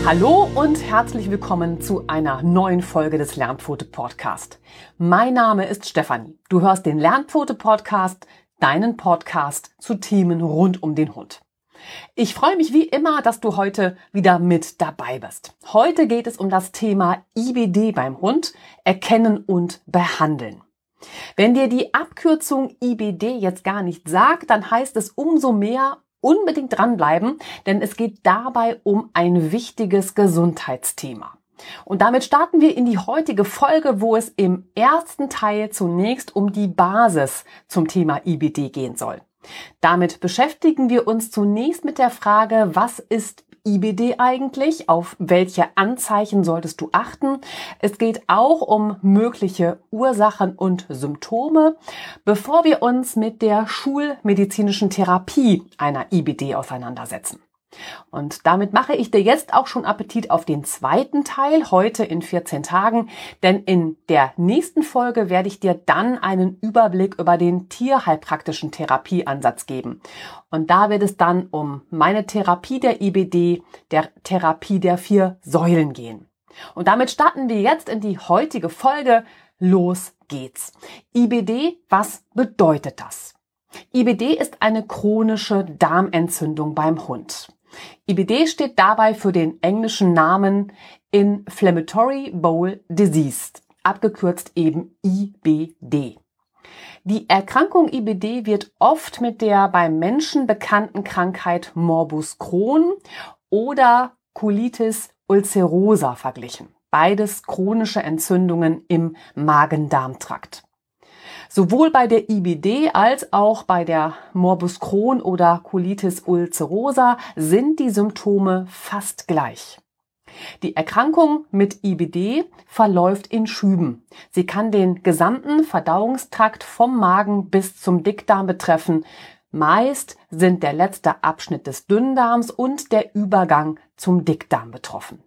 Hallo und herzlich willkommen zu einer neuen Folge des Lernpfote Podcast. Mein Name ist Stefanie. Du hörst den Lernpfote Podcast, deinen Podcast zu Themen rund um den Hund. Ich freue mich wie immer, dass du heute wieder mit dabei bist. Heute geht es um das Thema IBD beim Hund, erkennen und behandeln. Wenn dir die Abkürzung IBD jetzt gar nicht sagt, dann heißt es umso mehr unbedingt dranbleiben, denn es geht dabei um ein wichtiges Gesundheitsthema. Und damit starten wir in die heutige Folge, wo es im ersten Teil zunächst um die Basis zum Thema IBD gehen soll. Damit beschäftigen wir uns zunächst mit der Frage, was ist IBD eigentlich? Auf welche Anzeichen solltest du achten? Es geht auch um mögliche Ursachen und Symptome, bevor wir uns mit der schulmedizinischen Therapie einer IBD auseinandersetzen. Und damit mache ich dir jetzt auch schon Appetit auf den zweiten Teil, heute in 14 Tagen, denn in der nächsten Folge werde ich dir dann einen Überblick über den tierheilpraktischen Therapieansatz geben. Und da wird es dann um meine Therapie der IBD, der Therapie der 4 Säulen gehen. Und damit starten wir jetzt in die heutige Folge. Los geht's. IBD, was bedeutet das? IBD ist eine chronische Darmentzündung beim Hund. IBD steht dabei für den englischen Namen Inflammatory Bowel Disease, abgekürzt eben IBD. Die Erkrankung IBD wird oft mit der beim Menschen bekannten Krankheit Morbus Crohn oder Colitis ulcerosa verglichen. Beides chronische Entzündungen im Magen-Darm-Trakt. Sowohl bei der IBD als auch bei der Morbus Crohn oder Colitis ulcerosa sind die Symptome fast gleich. Die Erkrankung mit IBD verläuft in Schüben. Sie kann den gesamten Verdauungstrakt vom Magen bis zum Dickdarm betreffen. Meist sind der letzte Abschnitt des Dünndarms und der Übergang zum Dickdarm betroffen.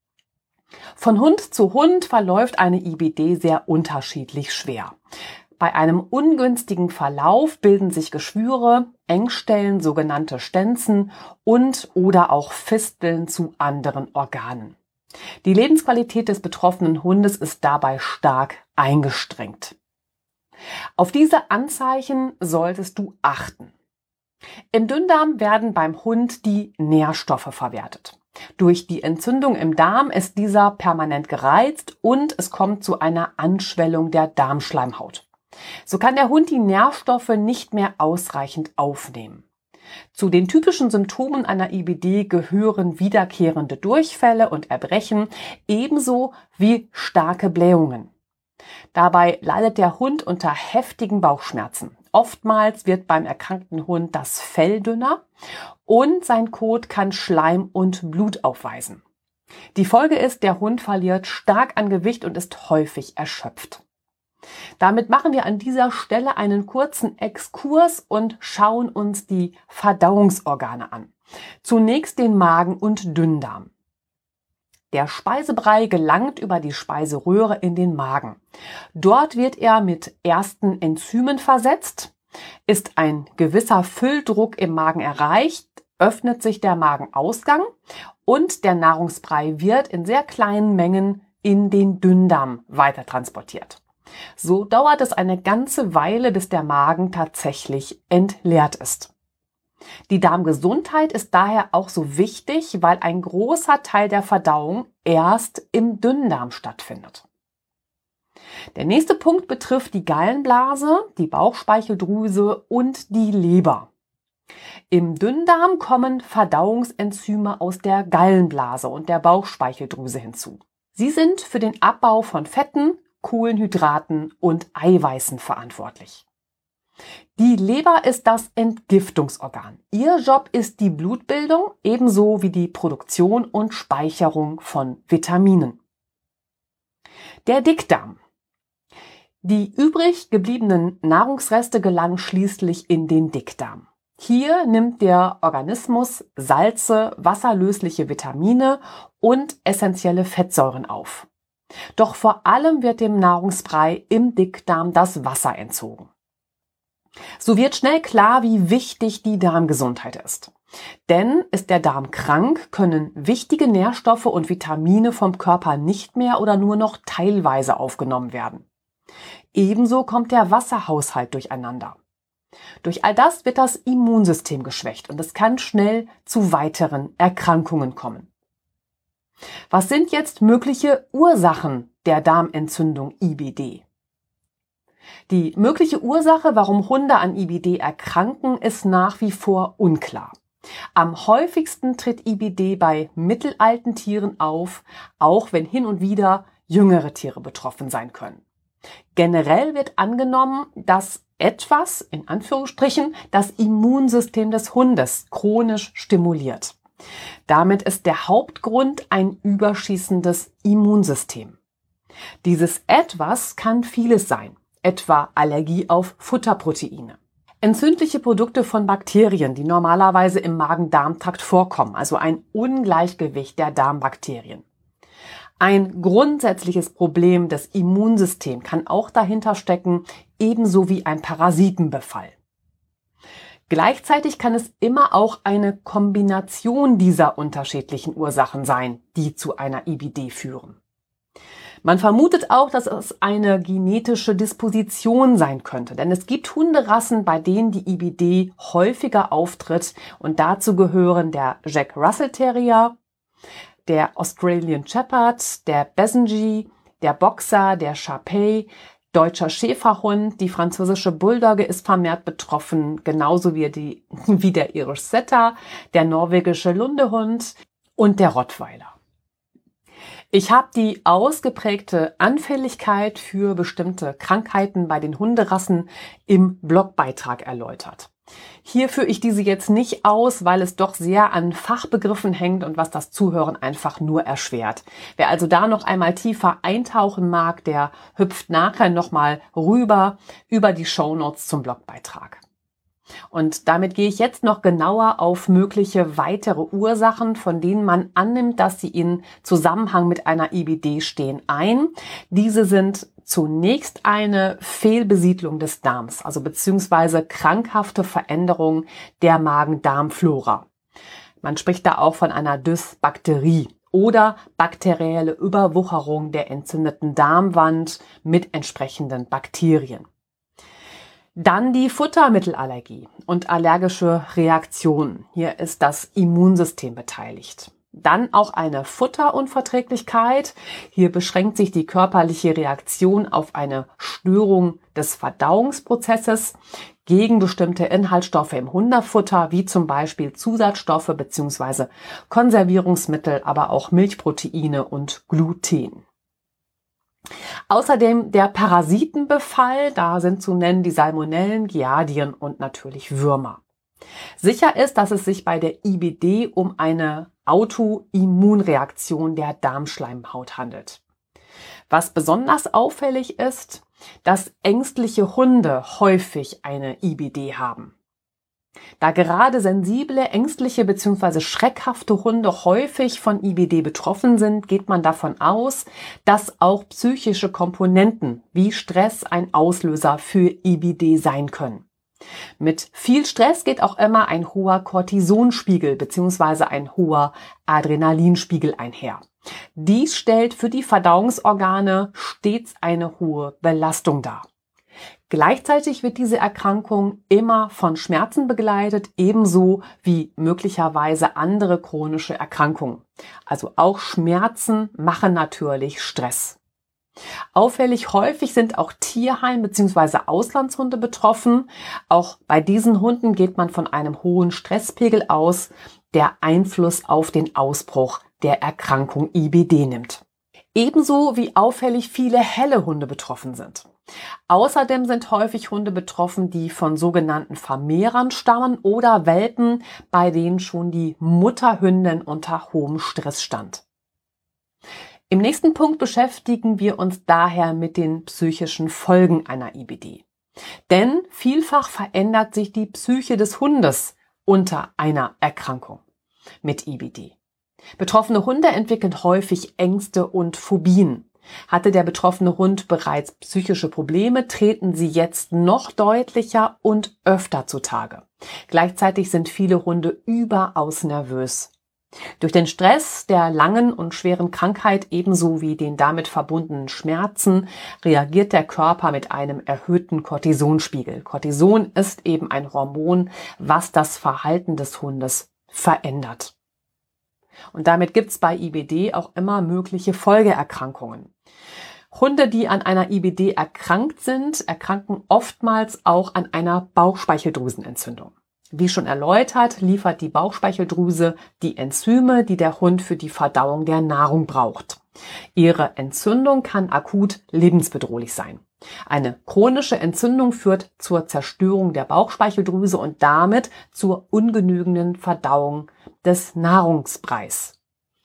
Von Hund zu Hund verläuft eine IBD sehr unterschiedlich schwer. Bei einem ungünstigen Verlauf bilden sich Geschwüre, Engstellen, sogenannte Stenzen und oder auch Fisteln zu anderen Organen. Die Lebensqualität des betroffenen Hundes ist dabei stark eingeschränkt. Auf diese Anzeichen solltest du achten. Im Dünndarm werden beim Hund die Nährstoffe verwertet. Durch die Entzündung im Darm ist dieser permanent gereizt und es kommt zu einer Anschwellung der Darmschleimhaut. So kann der Hund die Nährstoffe nicht mehr ausreichend aufnehmen. Zu den typischen Symptomen einer IBD gehören wiederkehrende Durchfälle und Erbrechen, ebenso wie starke Blähungen. Dabei leidet der Hund unter heftigen Bauchschmerzen. Oftmals wird beim erkrankten Hund das Fell dünner und sein Kot kann Schleim und Blut aufweisen. Die Folge ist, der Hund verliert stark an Gewicht und ist häufig erschöpft. Damit machen wir an dieser Stelle einen kurzen Exkurs und schauen uns die Verdauungsorgane an. Zunächst den Magen und Dünndarm. Der Speisebrei gelangt über die Speiseröhre in den Magen. Dort wird er mit ersten Enzymen versetzt. Ist ein gewisser Fülldruck im Magen erreicht, öffnet sich der Magenausgang und der Nahrungsbrei wird in sehr kleinen Mengen in den Dünndarm weitertransportiert. So dauert es eine ganze Weile, bis der Magen tatsächlich entleert ist. Die Darmgesundheit ist daher auch so wichtig, weil ein großer Teil der Verdauung erst im Dünndarm stattfindet. Der nächste Punkt betrifft die Gallenblase, die Bauchspeicheldrüse und die Leber. Im Dünndarm kommen Verdauungsenzyme aus der Gallenblase und der Bauchspeicheldrüse hinzu. Sie sind für den Abbau von Fetten, Kohlenhydraten und Eiweißen verantwortlich. Die Leber ist das Entgiftungsorgan. Ihr Job ist die Blutbildung, ebenso wie die Produktion und Speicherung von Vitaminen. Der Dickdarm. Die übrig gebliebenen Nahrungsreste gelangen schließlich in den Dickdarm. Hier nimmt der Organismus Salze, wasserlösliche Vitamine und essentielle Fettsäuren auf. Doch vor allem wird dem Nahrungsbrei im Dickdarm das Wasser entzogen. So wird schnell klar, wie wichtig die Darmgesundheit ist. Denn ist der Darm krank, können wichtige Nährstoffe und Vitamine vom Körper nicht mehr oder nur noch teilweise aufgenommen werden. Ebenso kommt der Wasserhaushalt durcheinander. Durch all das wird das Immunsystem geschwächt und es kann schnell zu weiteren Erkrankungen kommen. Was sind jetzt mögliche Ursachen der Darmentzündung IBD? Die mögliche Ursache, warum Hunde an IBD erkranken, ist nach wie vor unklar. Am häufigsten tritt IBD bei mittelalten Tieren auf, auch wenn hin und wieder jüngere Tiere betroffen sein können. Generell wird angenommen, dass etwas, in Anführungsstrichen, das Immunsystem des Hundes chronisch stimuliert. Damit ist der Hauptgrund ein überschießendes Immunsystem. Dieses Etwas kann vieles sein, etwa Allergie auf Futterproteine. Entzündliche Produkte von Bakterien, die normalerweise im Magen-Darm-Trakt vorkommen, also ein Ungleichgewicht der Darmbakterien. Ein grundsätzliches Problem des Immunsystems kann auch dahinter stecken, ebenso wie ein Parasitenbefall. Gleichzeitig kann es immer auch eine Kombination dieser unterschiedlichen Ursachen sein, die zu einer IBD führen. Man vermutet auch, dass es eine genetische Disposition sein könnte, denn es gibt Hunderassen, bei denen die IBD häufiger auftritt und dazu gehören der Jack Russell Terrier, der Australian Shepherd, der Basenji, der Boxer, der Shar-Pei, deutscher Schäferhund, die französische Bulldogge ist vermehrt betroffen, genauso wie der Irish Setter, der norwegische Lundehund und der Rottweiler. Ich habe die ausgeprägte Anfälligkeit für bestimmte Krankheiten bei den Hunderassen im Blogbeitrag erläutert. Hier führe ich diese jetzt nicht aus, weil es doch sehr an Fachbegriffen hängt und was das Zuhören einfach nur erschwert. Wer also da noch einmal tiefer eintauchen mag, der hüpft nachher nochmal rüber über die Shownotes zum Blogbeitrag. Und damit gehe ich jetzt noch genauer auf mögliche weitere Ursachen, von denen man annimmt, dass sie in Zusammenhang mit einer IBD stehen, ein. Diese sind zunächst eine Fehlbesiedlung des Darms, also beziehungsweise krankhafte Veränderung der Magen-Darm-Flora. Man spricht da auch von einer Dysbakterie oder bakterielle Überwucherung der entzündeten Darmwand mit entsprechenden Bakterien. Dann die Futtermittelallergie und allergische Reaktionen. Hier ist das Immunsystem beteiligt. Dann auch eine Futterunverträglichkeit. Hier beschränkt sich die körperliche Reaktion auf eine Störung des Verdauungsprozesses gegen bestimmte Inhaltsstoffe im Hundefutter, wie zum Beispiel Zusatzstoffe bzw. Konservierungsmittel, aber auch Milchproteine und Gluten. Außerdem der Parasitenbefall, da sind zu nennen die Salmonellen, Giardien und natürlich Würmer. Sicher ist, dass es sich bei der IBD um eine Autoimmunreaktion der Darmschleimhaut handelt. Was besonders auffällig ist, dass ängstliche Hunde häufig eine IBD haben. Da gerade sensible, ängstliche bzw. schreckhafte Hunde häufig von IBD betroffen sind, geht man davon aus, dass auch psychische Komponenten wie Stress ein Auslöser für IBD sein können. Mit viel Stress geht auch immer ein hoher Cortisonspiegel bzw. ein hoher Adrenalinspiegel einher. Dies stellt für die Verdauungsorgane stets eine hohe Belastung dar. Gleichzeitig wird diese Erkrankung immer von Schmerzen begleitet, ebenso wie möglicherweise andere chronische Erkrankungen. Also auch Schmerzen machen natürlich Stress. Auffällig häufig sind auch Tierheim- bzw. Auslandshunde betroffen. Auch bei diesen Hunden geht man von einem hohen Stresspegel aus, der Einfluss auf den Ausbruch der Erkrankung IBD nimmt. Ebenso wie auffällig viele helle Hunde betroffen sind. Außerdem sind häufig Hunde betroffen, die von sogenannten Vermehrern stammen oder Welpen, bei denen schon die Mutterhündin unter hohem Stress stand. Im nächsten Punkt beschäftigen wir uns daher mit den psychischen Folgen einer IBD. Denn vielfach verändert sich die Psyche des Hundes unter einer Erkrankung mit IBD. Betroffene Hunde entwickeln häufig Ängste und Phobien. Hatte der betroffene Hund bereits psychische Probleme, treten sie jetzt noch deutlicher und öfter zutage. Gleichzeitig sind viele Hunde überaus nervös. Durch den Stress der langen und schweren Krankheit ebenso wie den damit verbundenen Schmerzen reagiert der Körper mit einem erhöhten Cortisonspiegel. Cortison ist eben ein Hormon, was das Verhalten des Hundes verändert. Und damit gibt es bei IBD auch immer mögliche Folgeerkrankungen. Hunde, die an einer IBD erkrankt sind, erkranken oftmals auch an einer Bauchspeicheldrüsenentzündung. Wie schon erläutert, liefert die Bauchspeicheldrüse die Enzyme, die der Hund für die Verdauung der Nahrung braucht. Ihre Entzündung kann akut lebensbedrohlich sein. Eine chronische Entzündung führt zur Zerstörung der Bauchspeicheldrüse und damit zur ungenügenden Verdauung des Nahrungsbreis.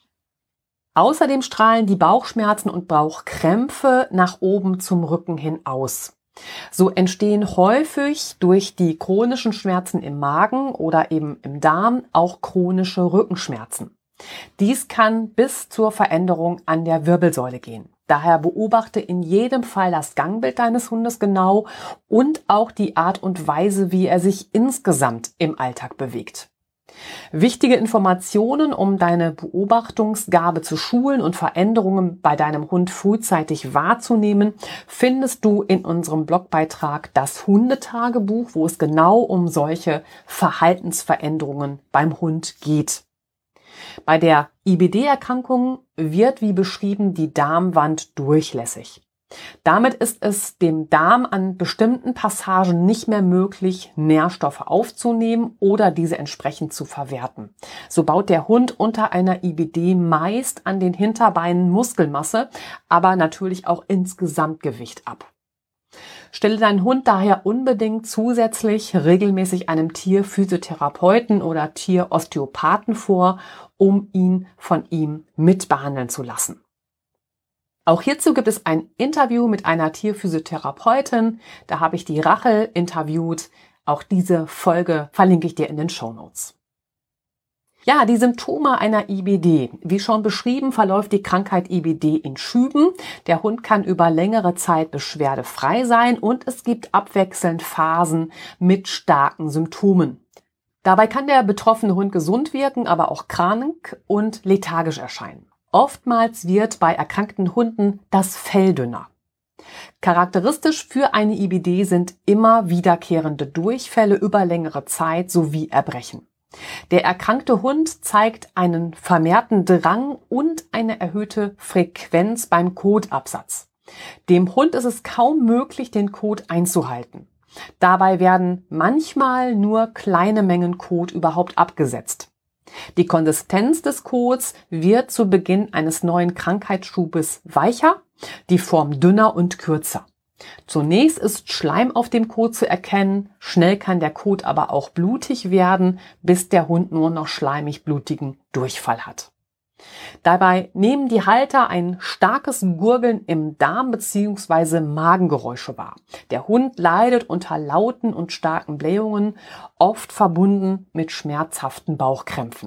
Außerdem strahlen die Bauchschmerzen und Bauchkrämpfe nach oben zum Rücken hin aus. So entstehen häufig durch die chronischen Schmerzen im Magen oder eben im Darm auch chronische Rückenschmerzen. Dies kann bis zur Veränderung an der Wirbelsäule gehen. Daher beobachte in jedem Fall das Gangbild deines Hundes genau und auch die Art und Weise, wie er sich insgesamt im Alltag bewegt. Wichtige Informationen, um deine Beobachtungsgabe zu schulen und Veränderungen bei deinem Hund frühzeitig wahrzunehmen, findest du in unserem Blogbeitrag Das Hundetagebuch, wo es genau um solche Verhaltensveränderungen beim Hund geht. Bei der IBD-Erkrankung wird, wie beschrieben, die Darmwand durchlässig. Damit ist es dem Darm an bestimmten Passagen nicht mehr möglich, Nährstoffe aufzunehmen oder diese entsprechend zu verwerten. So baut der Hund unter einer IBD meist an den Hinterbeinen Muskelmasse, aber natürlich auch insgesamt Gewicht ab. Stelle deinen Hund daher unbedingt zusätzlich regelmäßig einem Tierphysiotherapeuten oder Tierosteopathen vor, um ihn von ihm mitbehandeln zu lassen. Auch hierzu gibt es ein Interview mit einer Tierphysiotherapeutin. Da habe ich die Rachel interviewt. Auch diese Folge verlinke ich dir in den Shownotes. Ja, die Symptome einer IBD. Wie schon beschrieben, verläuft die Krankheit IBD in Schüben. Der Hund kann über längere Zeit beschwerdefrei sein und es gibt abwechselnd Phasen mit starken Symptomen. Dabei kann der betroffene Hund gesund wirken, aber auch krank und lethargisch erscheinen. Oftmals wird bei erkrankten Hunden das Fell dünner. Charakteristisch für eine IBD sind immer wiederkehrende Durchfälle über längere Zeit sowie Erbrechen. Der erkrankte Hund zeigt einen vermehrten Drang und eine erhöhte Frequenz beim Kotabsatz. Dem Hund ist es kaum möglich, den Kot einzuhalten. Dabei werden manchmal nur kleine Mengen Kot überhaupt abgesetzt. Die Konsistenz des Kots wird zu Beginn eines neuen Krankheitsschubes weicher, die Form dünner und kürzer. Zunächst ist Schleim auf dem Kot zu erkennen, schnell kann der Kot aber auch blutig werden, bis der Hund nur noch schleimig-blutigen Durchfall hat. Dabei nehmen die Halter ein starkes Gurgeln im Darm bzw. Magengeräusche wahr. Der Hund leidet unter lauten und starken Blähungen, oft verbunden mit schmerzhaften Bauchkrämpfen.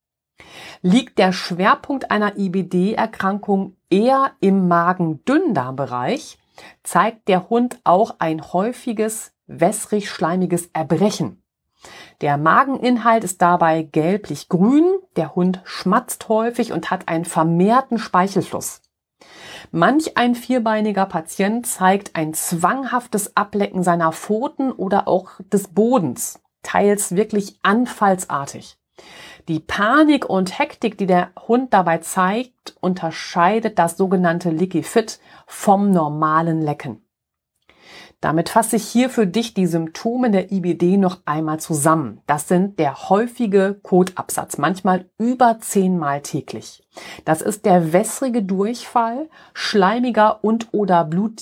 Liegt der Schwerpunkt einer IBD-Erkrankung eher im Magen-Dünndarmbereich, zeigt der Hund auch ein häufiges wässrig-schleimiges Erbrechen. Der Mageninhalt ist dabei gelblich-grün, der Hund schmatzt häufig und hat einen vermehrten Speichelfluss. Manch ein vierbeiniger Patient zeigt ein zwanghaftes Ablecken seiner Pfoten oder auch des Bodens, teils wirklich anfallsartig. Die Panik und Hektik, die der Hund dabei zeigt, unterscheidet das sogenannte Licky Fit vom normalen Lecken. Damit fasse ich hier für dich die Symptome der IBD noch einmal zusammen. Das sind der häufige Kotabsatz, manchmal über 10-mal täglich. Das ist der wässrige Durchfall, schleimiger und oder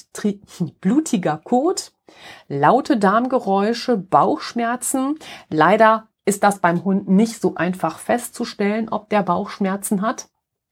blutiger Kot, laute Darmgeräusche, Bauchschmerzen. Leider ist das beim Hund nicht so einfach festzustellen, ob der Bauchschmerzen hat.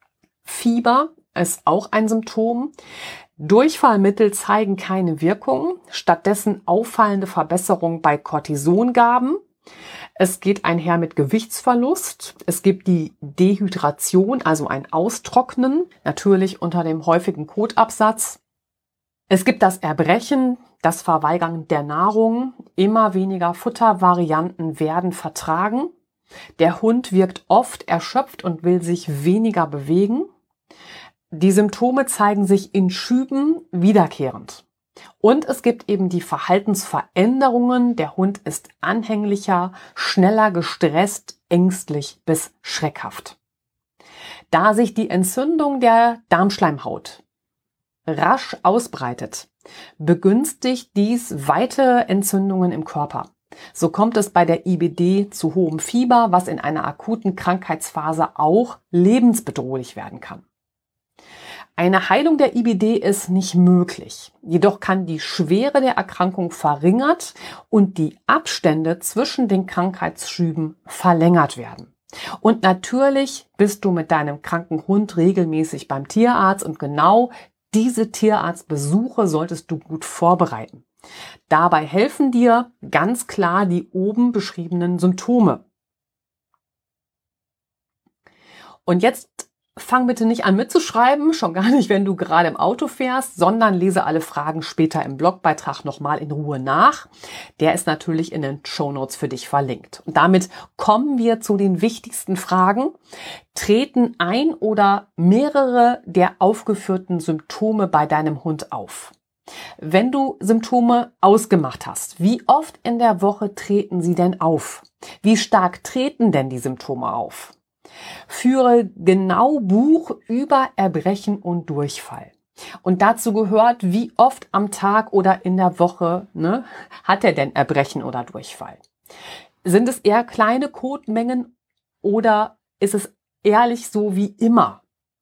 Fieber ist auch ein Symptom. Durchfallmittel zeigen keine Wirkung, stattdessen auffallende Verbesserung bei Cortisongaben. Es geht einher mit Gewichtsverlust. Es gibt die Dehydration, also ein Austrocknen, natürlich unter dem häufigen Kotabsatz. Es gibt das Erbrechen, das Verweigern der Nahrung, immer weniger Futtervarianten werden vertragen. Der Hund wirkt oft erschöpft und will sich weniger bewegen. Die Symptome zeigen sich in Schüben wiederkehrend. Und es gibt eben die Verhaltensveränderungen. Der Hund ist anhänglicher, schneller gestresst, ängstlich bis schreckhaft. Da sich die Entzündung der Darmschleimhaut rasch ausbreitet, begünstigt dies weitere Entzündungen im Körper. So kommt es bei der IBD zu hohem Fieber, was in einer akuten Krankheitsphase auch lebensbedrohlich werden kann. Eine Heilung der IBD ist nicht möglich. Jedoch kann die Schwere der Erkrankung verringert und die Abstände zwischen den Krankheitsschüben verlängert werden. Und natürlich bist du mit deinem kranken Hund regelmäßig beim Tierarzt und genau diese Tierarztbesuche solltest du gut vorbereiten. Dabei helfen dir ganz klar die oben beschriebenen Symptome. Und jetzt fang bitte nicht an mitzuschreiben, schon gar nicht, wenn du gerade im Auto fährst, sondern lese alle Fragen später im Blogbeitrag nochmal in Ruhe nach. Der ist natürlich in den Shownotes für dich verlinkt. Und damit kommen wir zu den wichtigsten Fragen. Treten ein oder mehrere der aufgeführten Symptome bei deinem Hund auf? Wenn du Symptome ausgemacht hast, wie oft in der Woche treten sie denn auf? Wie stark treten denn die Symptome auf? Führe genau Buch über Erbrechen und Durchfall. Und dazu gehört, wie oft am Tag oder in der Woche hat er denn Erbrechen oder Durchfall? Sind es eher kleine Kotmengen oder ist es ehrlich so wie immer?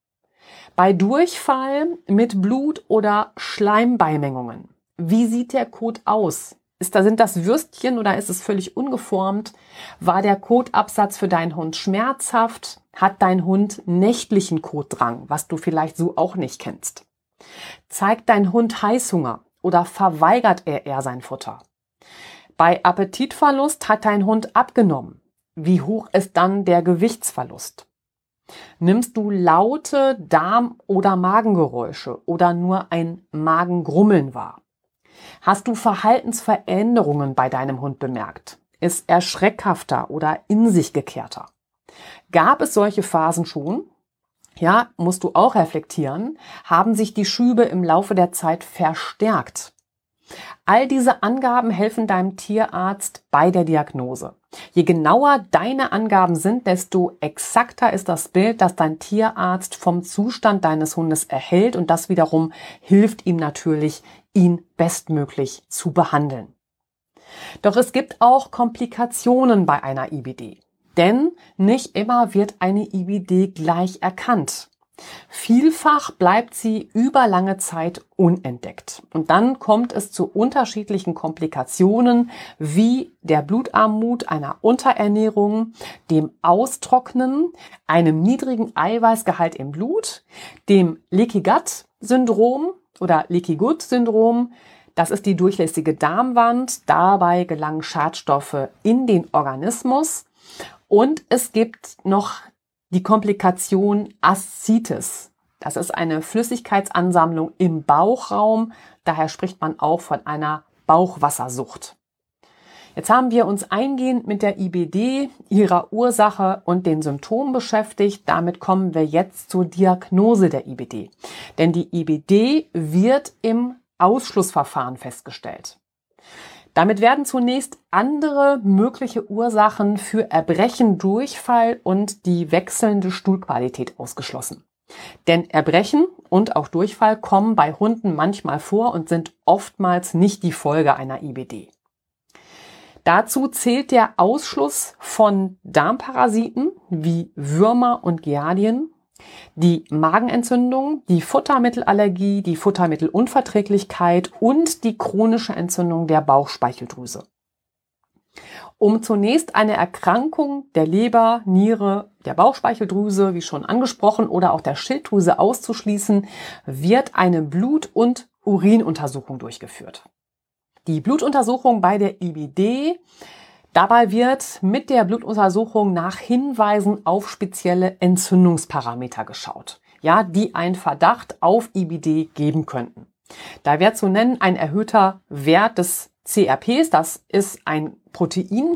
Bei Durchfall mit Blut- oder Schleimbeimengungen, wie sieht der Kot aus? Sind das Würstchen oder ist es völlig ungeformt? War der Kotabsatz für deinen Hund schmerzhaft? Hat dein Hund nächtlichen Kotdrang, was du vielleicht so auch nicht kennst? Zeigt dein Hund Heißhunger oder verweigert er eher sein Futter? Bei Appetitverlust hat dein Hund abgenommen. Wie hoch ist dann der Gewichtsverlust? Nimmst du laute Darm- oder Magengeräusche oder nur ein Magengrummeln wahr? Hast du Verhaltensveränderungen bei deinem Hund bemerkt? Ist er schreckhafter oder in sich gekehrter? Gab es solche Phasen schon? Ja, musst du auch reflektieren. Haben sich die Schübe im Laufe der Zeit verstärkt? All diese Angaben helfen deinem Tierarzt bei der Diagnose. Je genauer deine Angaben sind, desto exakter ist das Bild, das dein Tierarzt vom Zustand deines Hundes erhält und das wiederum hilft ihm natürlich, ihn bestmöglich zu behandeln. Doch es gibt auch Komplikationen bei einer IBD, denn nicht immer wird eine IBD gleich erkannt. Vielfach bleibt sie über lange Zeit unentdeckt. Und dann kommt es zu unterschiedlichen Komplikationen wie der Blutarmut, einer Unterernährung, dem Austrocknen, einem niedrigen Eiweißgehalt im Blut, dem Leaky Gut Syndrom oder Leaky Gut Syndrom. Das ist die durchlässige Darmwand. Dabei gelangen Schadstoffe in den Organismus. Und es gibt noch die Komplikation Aszites. Das ist eine Flüssigkeitsansammlung im Bauchraum. Daher spricht man auch von einer Bauchwassersucht. Jetzt haben wir uns eingehend mit der IBD, ihrer Ursache und den Symptomen beschäftigt. Damit kommen wir jetzt zur Diagnose der IBD. Denn die IBD wird im Ausschlussverfahren festgestellt. Damit werden zunächst andere mögliche Ursachen für Erbrechen, Durchfall und die wechselnde Stuhlqualität ausgeschlossen. Denn Erbrechen und auch Durchfall kommen bei Hunden manchmal vor und sind oftmals nicht die Folge einer IBD. Dazu zählt der Ausschluss von Darmparasiten wie Würmer und Giardien, die Magenentzündung, die Futtermittelallergie, die Futtermittelunverträglichkeit und die chronische Entzündung der Bauchspeicheldrüse. Um zunächst eine Erkrankung der Leber, Niere, der Bauchspeicheldrüse, wie schon angesprochen, oder auch der Schilddrüse auszuschließen, wird eine Blut- und Urinuntersuchung durchgeführt. Die Blutuntersuchung bei der IBD, dabei wird mit der Blutuntersuchung nach Hinweisen auf spezielle Entzündungsparameter geschaut, ja, die einen Verdacht auf IBD geben könnten. Da wäre zu nennen ein erhöhter Wert des CRPs, das ist ein Protein.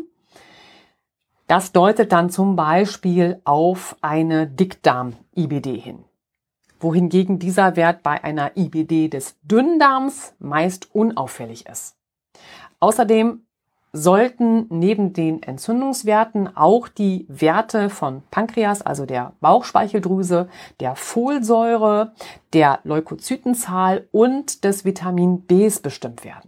Das deutet dann zum Beispiel auf eine Dickdarm-IBD hin. Wohingegen dieser Wert bei einer IBD des Dünndarms meist unauffällig ist. Außerdem sollten neben den Entzündungswerten auch die Werte von Pankreas, also der Bauchspeicheldrüse, der Folsäure, der Leukozytenzahl und des Vitamin Bs bestimmt werden.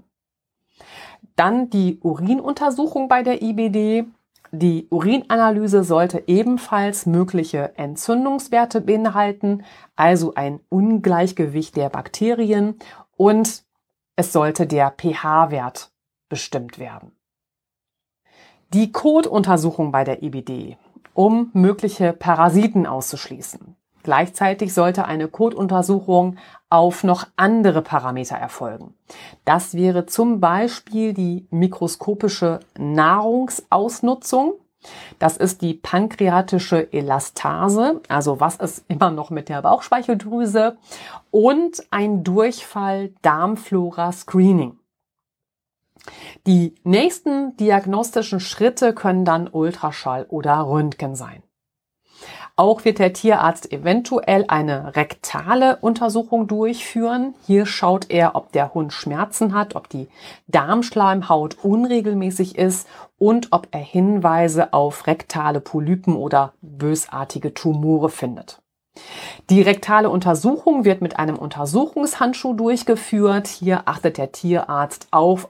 Dann die Urinuntersuchung bei der IBD. Die Urinanalyse sollte ebenfalls mögliche Entzündungswerte beinhalten, also ein Ungleichgewicht der Bakterien, und es sollte der pH-Wert bestimmt werden. Die Kotuntersuchung bei der IBD, um mögliche Parasiten auszuschließen. Gleichzeitig sollte eine Kotuntersuchung auf noch andere Parameter erfolgen. Das wäre zum Beispiel die mikroskopische Nahrungsausnutzung. Das ist die pankreatische Elastase, also was ist immer noch mit der Bauchspeicheldrüse, und ein Durchfall-Darmflora-Screening. Die nächsten diagnostischen Schritte können dann Ultraschall oder Röntgen sein. Auch wird der Tierarzt eventuell eine rektale Untersuchung durchführen. Hier schaut er, ob der Hund Schmerzen hat, ob die Darmschleimhaut unregelmäßig ist und ob er Hinweise auf rektale Polypen oder bösartige Tumore findet. Die rektale Untersuchung wird mit einem Untersuchungshandschuh durchgeführt. Hier achtet der Tierarzt auch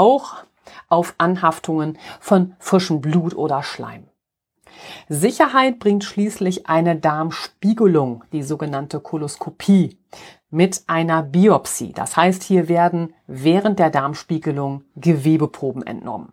auf Anhaftungen von frischem Blut oder Schleim. Sicherheit bringt schließlich eine Darmspiegelung, die sogenannte Koloskopie, mit einer Biopsie. Das heißt, hier werden während der Darmspiegelung Gewebeproben entnommen.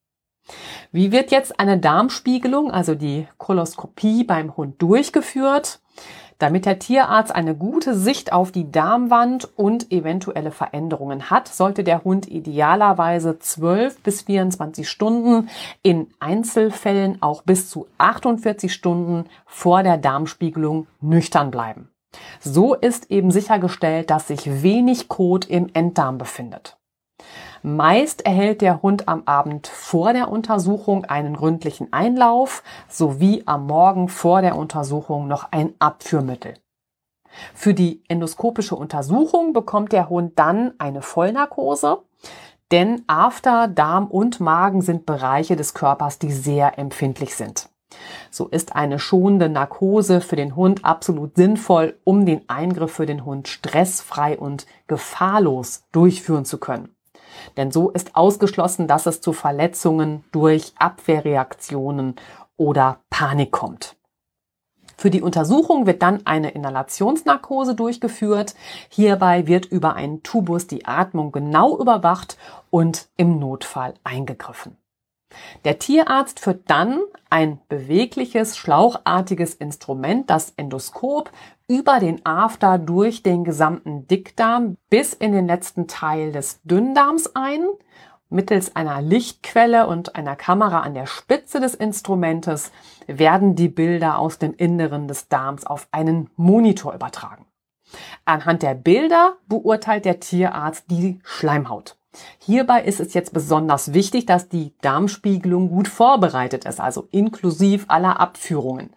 Wie wird jetzt eine Darmspiegelung, also die Koloskopie, beim Hund durchgeführt? Damit der Tierarzt eine gute Sicht auf die Darmwand und eventuelle Veränderungen hat, sollte der Hund idealerweise 12 bis 24 Stunden, in Einzelfällen auch bis zu 48 Stunden vor der Darmspiegelung nüchtern bleiben. So ist eben sichergestellt, dass sich wenig Kot im Enddarm befindet. Meist erhält der Hund am Abend vor der Untersuchung einen gründlichen Einlauf sowie am Morgen vor der Untersuchung noch ein Abführmittel. Für die endoskopische Untersuchung bekommt der Hund dann eine Vollnarkose, denn After, Darm und Magen sind Bereiche des Körpers, die sehr empfindlich sind. So ist eine schonende Narkose für den Hund absolut sinnvoll, um den Eingriff für den Hund stressfrei und gefahrlos durchführen zu können. Denn so ist ausgeschlossen, dass es zu Verletzungen durch Abwehrreaktionen oder Panik kommt. Für die Untersuchung wird dann eine Inhalationsnarkose durchgeführt. Hierbei wird über einen Tubus die Atmung genau überwacht und im Notfall eingegriffen. Der Tierarzt führt dann ein bewegliches, schlauchartiges Instrument, das Endoskop, über den After durch den gesamten Dickdarm bis in den letzten Teil des Dünndarms ein. Mittels einer Lichtquelle und einer Kamera an der Spitze des Instrumentes werden die Bilder aus dem Inneren des Darms auf einen Monitor übertragen. Anhand der Bilder beurteilt der Tierarzt die Schleimhaut. Hierbei ist es jetzt besonders wichtig, dass die Darmspiegelung gut vorbereitet ist, also inklusive aller Abführungen,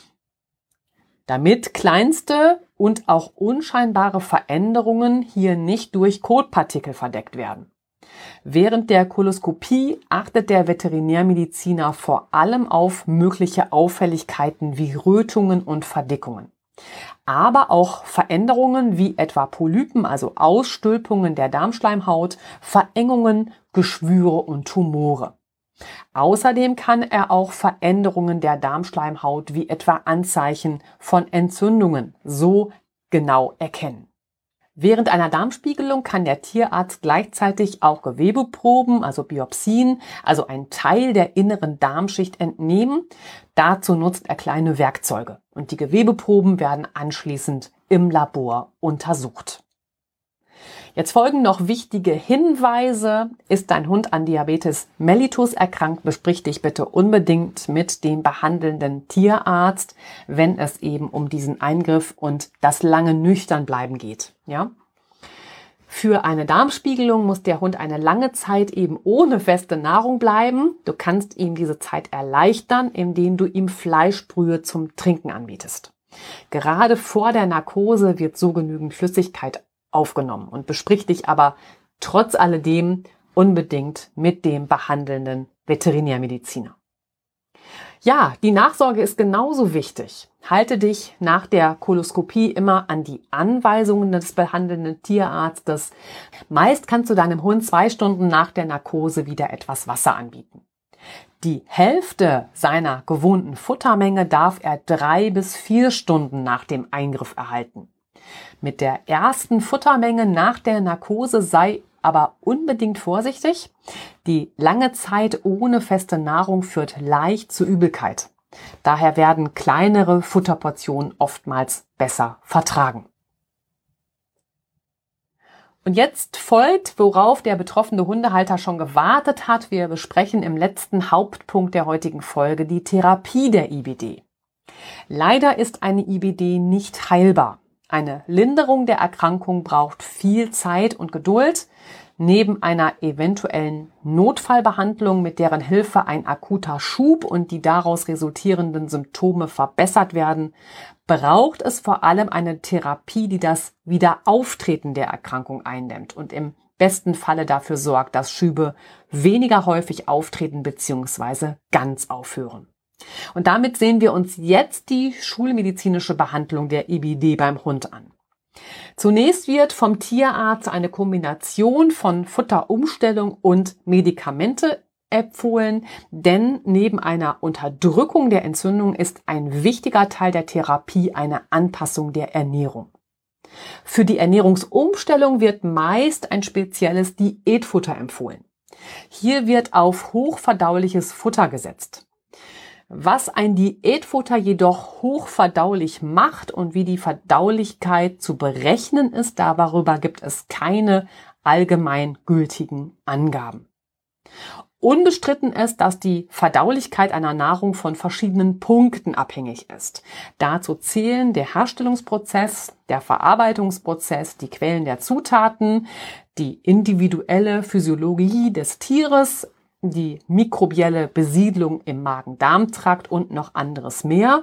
damit kleinste und auch unscheinbare Veränderungen hier nicht durch Kotpartikel verdeckt werden. Während der Koloskopie achtet der Veterinärmediziner vor allem auf mögliche Auffälligkeiten wie Rötungen und Verdickungen. Aber auch Veränderungen wie etwa Polypen, also Ausstülpungen der Darmschleimhaut, Verengungen, Geschwüre und Tumore. Außerdem kann er auch Veränderungen der Darmschleimhaut wie etwa Anzeichen von Entzündungen so genau erkennen. Während einer Darmspiegelung kann der Tierarzt gleichzeitig auch Gewebeproben, also Biopsien, also einen Teil der inneren Darmschicht entnehmen. Dazu nutzt er kleine Werkzeuge und die Gewebeproben werden anschließend im Labor untersucht. Jetzt folgen noch wichtige Hinweise. Ist dein Hund an Diabetes mellitus erkrankt, besprich dich bitte unbedingt mit dem behandelnden Tierarzt, wenn es eben um diesen Eingriff und das lange Nüchternbleiben geht. Ja? Für eine Darmspiegelung muss der Hund eine lange Zeit eben ohne feste Nahrung bleiben. Du kannst ihm diese Zeit erleichtern, indem du ihm Fleischbrühe zum Trinken anbietest. Gerade vor der Narkose wird so genügend Flüssigkeit aufgenommen und besprich dich aber trotz alledem unbedingt mit dem behandelnden Veterinärmediziner. Ja, die Nachsorge ist genauso wichtig. Halte dich nach der Koloskopie immer an die Anweisungen des behandelnden Tierarztes. Meist kannst du deinem Hund 2 Stunden nach der Narkose wieder etwas Wasser anbieten. Die Hälfte seiner gewohnten Futtermenge darf er 3 bis 4 Stunden nach dem Eingriff erhalten. Mit der ersten Futtermenge nach der Narkose sei aber unbedingt vorsichtig. Die lange Zeit ohne feste Nahrung führt leicht zu Übelkeit. Daher werden kleinere Futterportionen oftmals besser vertragen. Und jetzt folgt, worauf der betroffene Hundehalter schon gewartet hat. Wir besprechen im letzten Hauptpunkt der heutigen Folge die Therapie der IBD. Leider ist eine IBD nicht heilbar. Eine Linderung der Erkrankung braucht viel Zeit und Geduld. Neben einer eventuellen Notfallbehandlung, mit deren Hilfe ein akuter Schub und die daraus resultierenden Symptome verbessert werden, braucht es vor allem eine Therapie, die das Wiederauftreten der Erkrankung eindämmt und im besten Falle dafür sorgt, dass Schübe weniger häufig auftreten bzw. ganz aufhören. Und damit sehen wir uns jetzt die schulmedizinische Behandlung der IBD beim Hund an. Zunächst wird vom Tierarzt eine Kombination von Futterumstellung und Medikamente empfohlen, denn neben einer Unterdrückung der Entzündung ist ein wichtiger Teil der Therapie eine Anpassung der Ernährung. Für die Ernährungsumstellung wird meist ein spezielles Diätfutter empfohlen. Hier wird auf hochverdauliches Futter gesetzt. Was ein Diätfutter jedoch hochverdaulich macht und wie die Verdaulichkeit zu berechnen ist, darüber gibt es keine allgemein gültigen Angaben. Unbestritten ist, dass die Verdaulichkeit einer Nahrung von verschiedenen Punkten abhängig ist. Dazu zählen der Herstellungsprozess, der Verarbeitungsprozess, die Quellen der Zutaten, die individuelle Physiologie des Tieres, die mikrobielle Besiedlung im Magen-Darm-Trakt und noch anderes mehr.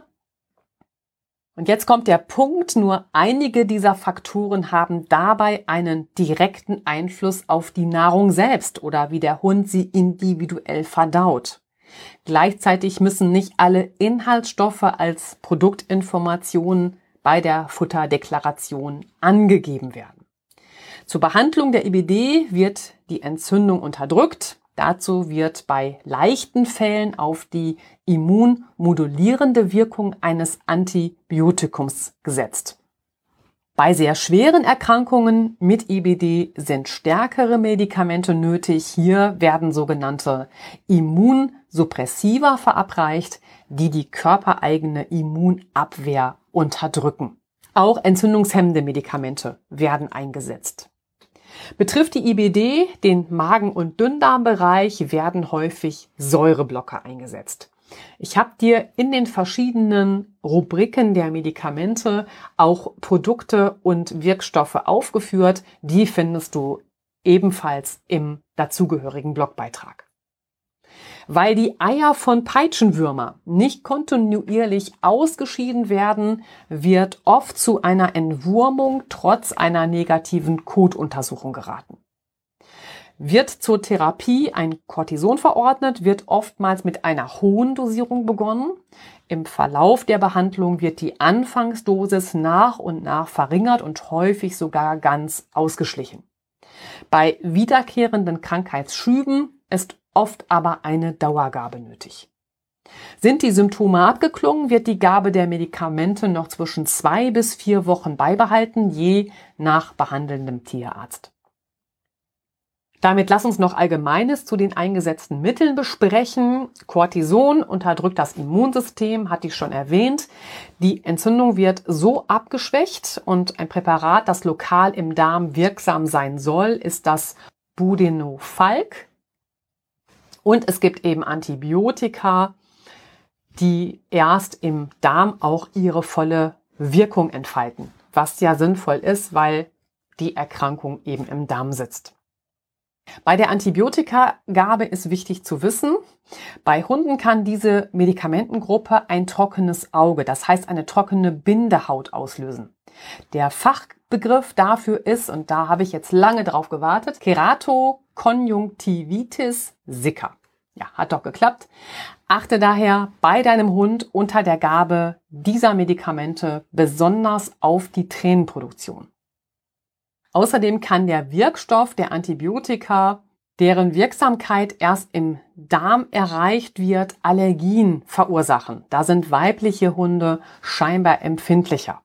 Und jetzt kommt der Punkt, nur einige dieser Faktoren haben dabei einen direkten Einfluss auf die Nahrung selbst oder wie der Hund sie individuell verdaut. Gleichzeitig müssen nicht alle Inhaltsstoffe als Produktinformationen bei der Futterdeklaration angegeben werden. Zur Behandlung der IBD wird die Entzündung unterdrückt. Dazu wird bei leichten Fällen auf die immunmodulierende Wirkung eines Antibiotikums gesetzt. Bei sehr schweren Erkrankungen mit IBD sind stärkere Medikamente nötig. Hier werden sogenannte Immunsuppressiva verabreicht, die die körpereigene Immunabwehr unterdrücken. Auch entzündungshemmende Medikamente werden eingesetzt. Betrifft die IBD den Magen- und Dünndarmbereich, werden häufig Säureblocker eingesetzt. Ich habe dir in den verschiedenen Rubriken der Medikamente auch Produkte und Wirkstoffe aufgeführt. Die findest du ebenfalls im dazugehörigen Blogbeitrag. Weil die Eier von Peitschenwürmer nicht kontinuierlich ausgeschieden werden, wird oft zu einer Entwurmung trotz einer negativen Kotuntersuchung geraten. Wird zur Therapie ein Cortison verordnet, wird oftmals mit einer hohen Dosierung begonnen. Im Verlauf der Behandlung wird die Anfangsdosis nach und nach verringert und häufig sogar ganz ausgeschlichen. Bei wiederkehrenden Krankheitsschüben ist oft aber eine Dauergabe nötig. Sind die Symptome abgeklungen, wird die Gabe der Medikamente noch zwischen 2 bis 4 Wochen beibehalten, je nach behandelndem Tierarzt. Damit lass uns noch Allgemeines zu den eingesetzten Mitteln besprechen. Cortison unterdrückt das Immunsystem, hatte ich schon erwähnt. Die Entzündung wird so abgeschwächt und ein Präparat, das lokal im Darm wirksam sein soll, ist das Budenofalk. Und es gibt eben Antibiotika, die erst im Darm auch ihre volle Wirkung entfalten. Was ja sinnvoll ist, weil die Erkrankung eben im Darm sitzt. Bei der Antibiotikagabe ist wichtig zu wissen, bei Hunden kann diese Medikamentengruppe ein trockenes Auge, das heißt eine trockene Bindehaut auslösen. Der Fachbegriff dafür ist, und da habe ich jetzt lange drauf gewartet, Keratokonjunktivitis sicca. Ja, hat doch geklappt. Achte daher bei deinem Hund unter der Gabe dieser Medikamente besonders auf die Tränenproduktion. Außerdem kann der Wirkstoff der Antibiotika, deren Wirksamkeit erst im Darm erreicht wird, Allergien verursachen. Da sind weibliche Hunde scheinbar empfindlicher.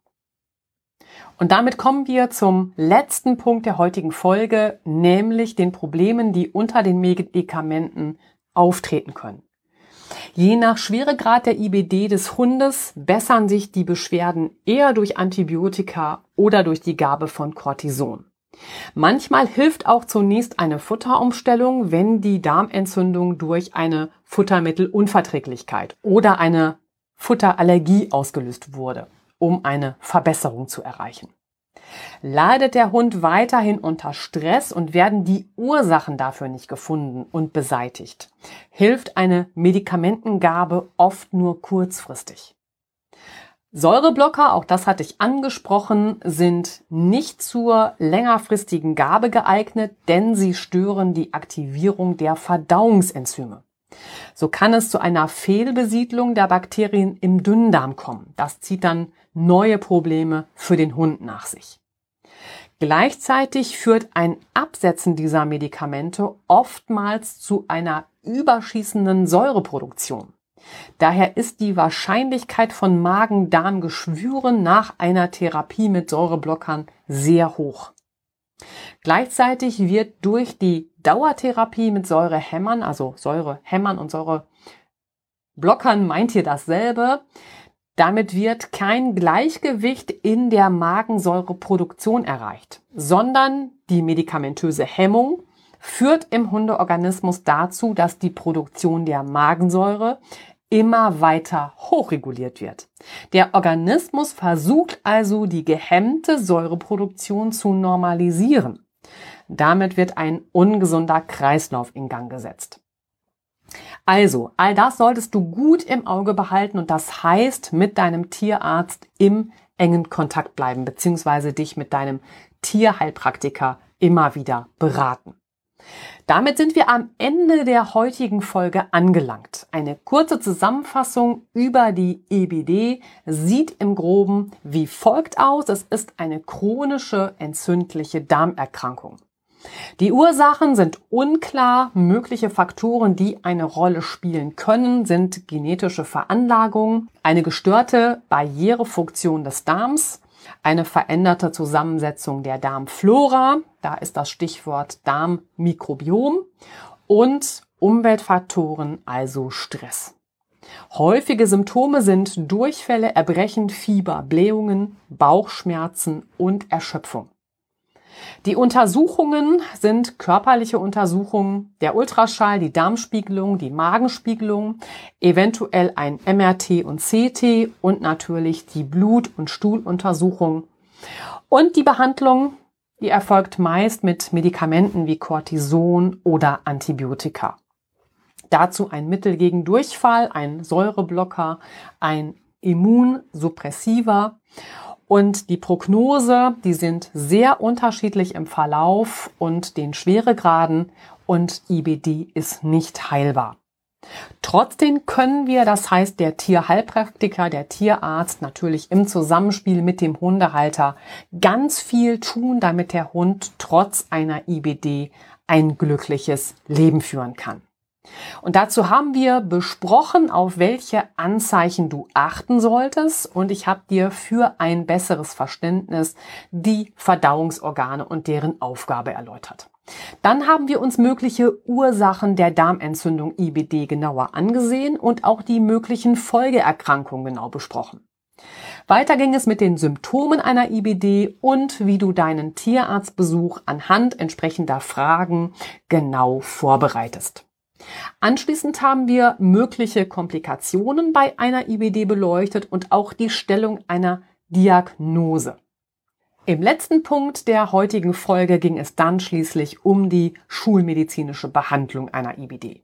Und damit kommen wir zum letzten Punkt der heutigen Folge, nämlich den Problemen, die unter den Medikamenten auftreten können. Je nach Schweregrad der IBD des Hundes bessern sich die Beschwerden eher durch Antibiotika oder durch die Gabe von Cortison. Manchmal hilft auch zunächst eine Futterumstellung, wenn die Darmentzündung durch eine Futtermittelunverträglichkeit oder eine Futterallergie ausgelöst wurde, um eine Verbesserung zu erreichen. Leidet der Hund weiterhin unter Stress und werden die Ursachen dafür nicht gefunden und beseitigt, hilft eine Medikamentengabe oft nur kurzfristig. Säureblocker, auch das hatte ich angesprochen, sind nicht zur längerfristigen Gabe geeignet, denn sie stören die Aktivierung der Verdauungsenzyme. So kann es zu einer Fehlbesiedlung der Bakterien im Dünndarm kommen. Das zieht dann neue Probleme für den Hund nach sich. Gleichzeitig führt ein Absetzen dieser Medikamente oftmals zu einer überschießenden Säureproduktion. Daher ist die Wahrscheinlichkeit von Magen-Darm-Geschwüren nach einer Therapie mit Säureblockern sehr hoch. Gleichzeitig wird durch die Dauertherapie mit Säurehämmern, also Säurehämmern und Säureblockern meint hier dasselbe, damit wird kein Gleichgewicht in der Magensäureproduktion erreicht, sondern die medikamentöse Hemmung führt im Hundeorganismus dazu, dass die Produktion der Magensäure immer weiter hochreguliert wird. Der Organismus versucht also, die gehemmte Säureproduktion zu normalisieren. Damit wird ein ungesunder Kreislauf in Gang gesetzt. Also, all das solltest du gut im Auge behalten und das heißt, mit deinem Tierarzt im engen Kontakt bleiben, beziehungsweise dich mit deinem Tierheilpraktiker immer wieder beraten. Damit sind wir am Ende der heutigen Folge angelangt. Eine kurze Zusammenfassung über die EBD sieht im Groben wie folgt aus. Es ist eine chronische entzündliche Darmerkrankung. Die Ursachen sind unklar. Mögliche Faktoren, die eine Rolle spielen können, sind genetische Veranlagungen, eine gestörte Barrierefunktion des Darms, eine veränderte Zusammensetzung der Darmflora, da ist das Stichwort Darmmikrobiom, und Umweltfaktoren, also Stress. Häufige Symptome sind Durchfälle, Erbrechen, Fieber, Blähungen, Bauchschmerzen und Erschöpfung. Die Untersuchungen sind körperliche Untersuchungen, der Ultraschall, die Darmspiegelung, die Magenspiegelung, eventuell ein MRT und CT und natürlich die Blut- und Stuhluntersuchung. Und die Behandlung, die erfolgt meist mit Medikamenten wie Cortison oder Antibiotika. Dazu ein Mittel gegen Durchfall, ein Säureblocker, ein Immunsuppressiva. Und die Prognose, die sind sehr unterschiedlich im Verlauf und den Schweregraden und IBD ist nicht heilbar. Trotzdem können wir, das heißt der Tierheilpraktiker, der Tierarzt, natürlich im Zusammenspiel mit dem Hundehalter ganz viel tun, damit der Hund trotz einer IBD ein glückliches Leben führen kann. Und dazu haben wir besprochen, auf welche Anzeichen du achten solltest. Und ich habe dir für ein besseres Verständnis die Verdauungsorgane und deren Aufgabe erläutert. Dann haben wir uns mögliche Ursachen der Darmentzündung IBD genauer angesehen und auch die möglichen Folgeerkrankungen genau besprochen. Weiter ging es mit den Symptomen einer IBD und wie du deinen Tierarztbesuch anhand entsprechender Fragen genau vorbereitest. Anschließend haben wir mögliche Komplikationen bei einer IBD beleuchtet und auch die Stellung einer Diagnose. Im letzten Punkt der heutigen Folge ging es dann schließlich um die schulmedizinische Behandlung einer IBD.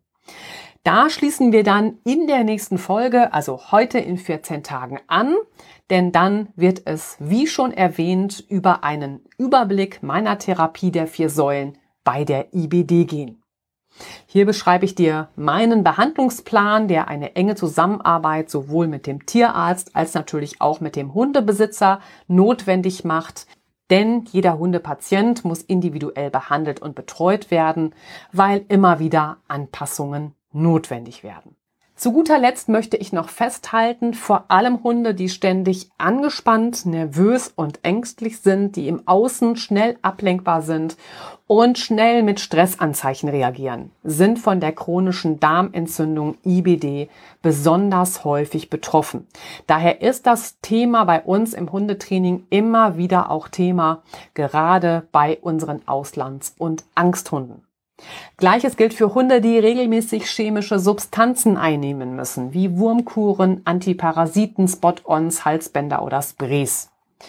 Da schließen wir dann in der nächsten Folge, also heute in 14 Tagen an, denn dann wird es, wie schon erwähnt, über einen Überblick meiner Therapie der 4 Säulen bei der IBD gehen. Hier beschreibe ich dir meinen Behandlungsplan, der eine enge Zusammenarbeit sowohl mit dem Tierarzt als natürlich auch mit dem Hundebesitzer notwendig macht. Denn jeder Hundepatient muss individuell behandelt und betreut werden, weil immer wieder Anpassungen notwendig werden. Zu guter Letzt möchte ich noch festhalten, vor allem Hunde, die ständig angespannt, nervös und ängstlich sind, die im Außen schnell ablenkbar sind und schnell mit Stressanzeichen reagieren, sind von der chronischen Darmentzündung IBD besonders häufig betroffen. Daher ist das Thema bei uns im Hundetraining immer wieder auch Thema, gerade bei unseren Auslands- und Angsthunden. Gleiches gilt für Hunde, die regelmäßig chemische Substanzen einnehmen müssen, wie Wurmkuren, Antiparasiten, Spot-ons, Halsbänder oder Sprays.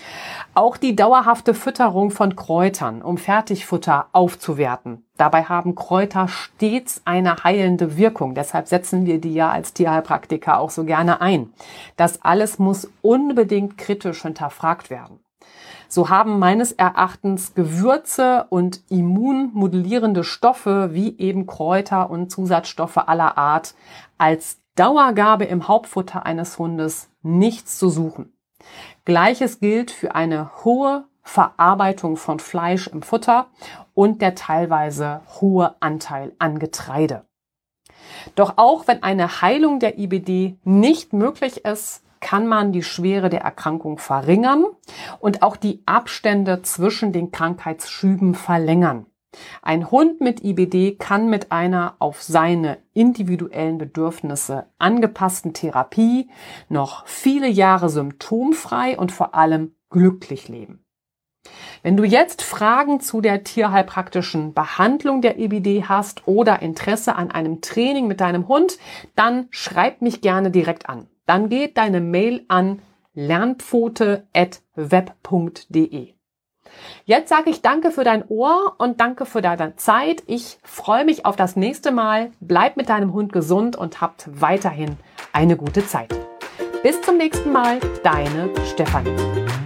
Auch die dauerhafte Fütterung von Kräutern, um Fertigfutter aufzuwerten. Dabei haben Kräuter stets eine heilende Wirkung. Deshalb setzen wir die ja als Tierheilpraktiker auch so gerne ein. Das alles muss unbedingt kritisch hinterfragt werden. So haben meines Erachtens Gewürze und immunmodulierende Stoffe wie eben Kräuter und Zusatzstoffe aller Art als Dauergabe im Hauptfutter eines Hundes nichts zu suchen. Gleiches gilt für eine hohe Verarbeitung von Fleisch im Futter und der teilweise hohe Anteil an Getreide. Doch auch wenn eine Heilung der IBD nicht möglich ist, kann man die Schwere der Erkrankung verringern und auch die Abstände zwischen den Krankheitsschüben verlängern. Ein Hund mit IBD kann mit einer auf seine individuellen Bedürfnisse angepassten Therapie noch viele Jahre symptomfrei und vor allem glücklich leben. Wenn du jetzt Fragen zu der tierheilpraktischen Behandlung der IBD hast oder Interesse an einem Training mit deinem Hund, dann schreib mich gerne direkt an. Dann geht deine Mail an lernpfote@web.de. Jetzt sage ich danke für dein Ohr und danke für deine Zeit. Ich freue mich auf das nächste Mal. Bleib mit deinem Hund gesund und habt weiterhin eine gute Zeit. Bis zum nächsten Mal, deine Stefanie.